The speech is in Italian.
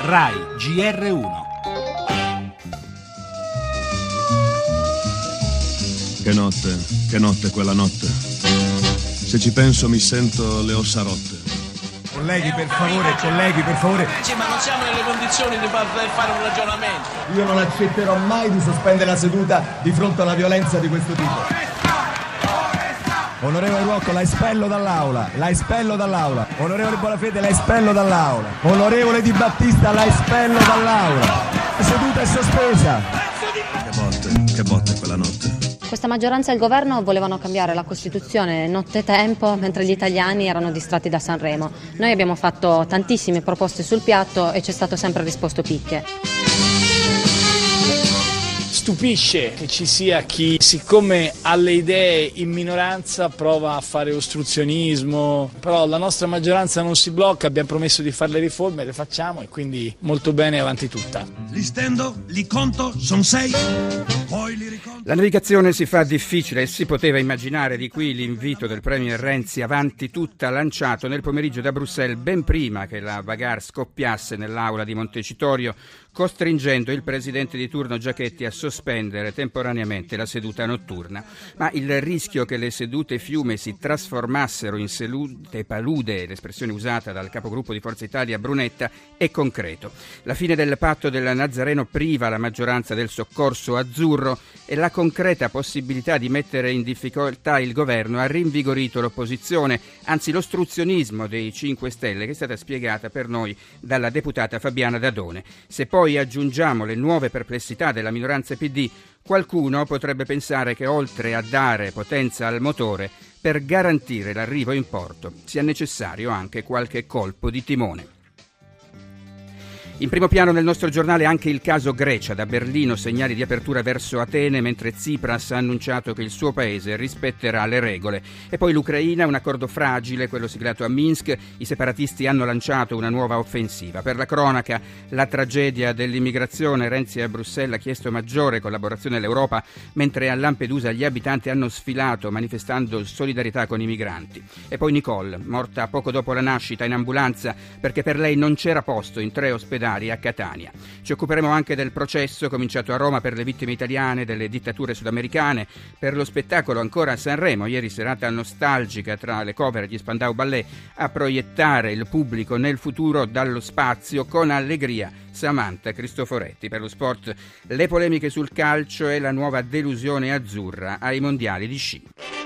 RAI GR1. Che notte quella notte. Se ci penso mi sento le ossa rotte. Colleghi, per favore. Ma non siamo nelle condizioni di poter fare un ragionamento. Io non accetterò mai di sospendere la seduta di fronte a una violenza di questo tipo. Onorevole Ruocco, la espello dall'aula. Onorevole Bonafede, la espello dall'aula. Onorevole Di Battista, la espello dall'aula. La seduta è sospesa. Che botte quella notte. Questa maggioranza e il governo volevano cambiare la Costituzione nottetempo mentre gli italiani erano distratti da Sanremo. Noi abbiamo fatto tantissime proposte sul piatto e c'è stato sempre risposto picche. Stupisce che ci sia chi, siccome ha le idee in minoranza, prova a fare ostruzionismo, però la nostra maggioranza non si blocca, abbiamo promesso di fare le riforme, le facciamo e quindi molto bene, avanti tutta. Li stendo, li conto, son 6, poi li riconto. La navigazione si fa difficile e si poteva immaginare, di qui l'invito del premier Renzi avanti tutta, lanciato nel pomeriggio da Bruxelles ben prima che la bagarre scoppiasse nell'aula di Montecitorio, costringendo il presidente di turno Giachetti a sospendere temporaneamente la seduta notturna. Ma il rischio che le sedute fiume si trasformassero in sedute palude, l'espressione usata dal capogruppo di Forza Italia Brunetta, è concreto. La fine del patto del Nazareno priva la maggioranza del soccorso azzurro e la concreta possibilità di mettere in difficoltà il governo ha rinvigorito l'opposizione, anzi l'ostruzionismo dei 5 Stelle, che è stata spiegata per noi dalla deputata Fabiana Dadone. Se poi aggiungiamo le nuove perplessità della minoranza PD, qualcuno potrebbe pensare che oltre a dare potenza al motore, per garantire l'arrivo in porto sia necessario anche qualche colpo di timone. In primo piano nel nostro giornale anche il caso Grecia. Da Berlino segnali di apertura verso Atene, mentre Tsipras ha annunciato che il suo paese rispetterà le regole. E poi l'Ucraina, un accordo fragile, quello siglato a Minsk. I separatisti hanno lanciato una nuova offensiva. Per la cronaca, la tragedia dell'immigrazione. Renzi a Bruxelles ha chiesto maggiore collaborazione all'Europa, mentre a Lampedusa gli abitanti hanno sfilato manifestando solidarietà con i migranti. E poi Nicole, morta poco dopo la nascita in ambulanza perché per lei non c'era posto in 3 ospedali a Catania. Ci occuperemo anche del processo cominciato a Roma per le vittime italiane delle dittature sudamericane, per lo spettacolo ancora a Sanremo, ieri serata nostalgica tra le cover e gli Spandau Ballet, a proiettare il pubblico nel futuro dallo spazio con allegria Samantha Cristoforetti. Per lo sport, le polemiche sul calcio e la nuova delusione azzurra ai mondiali di sci.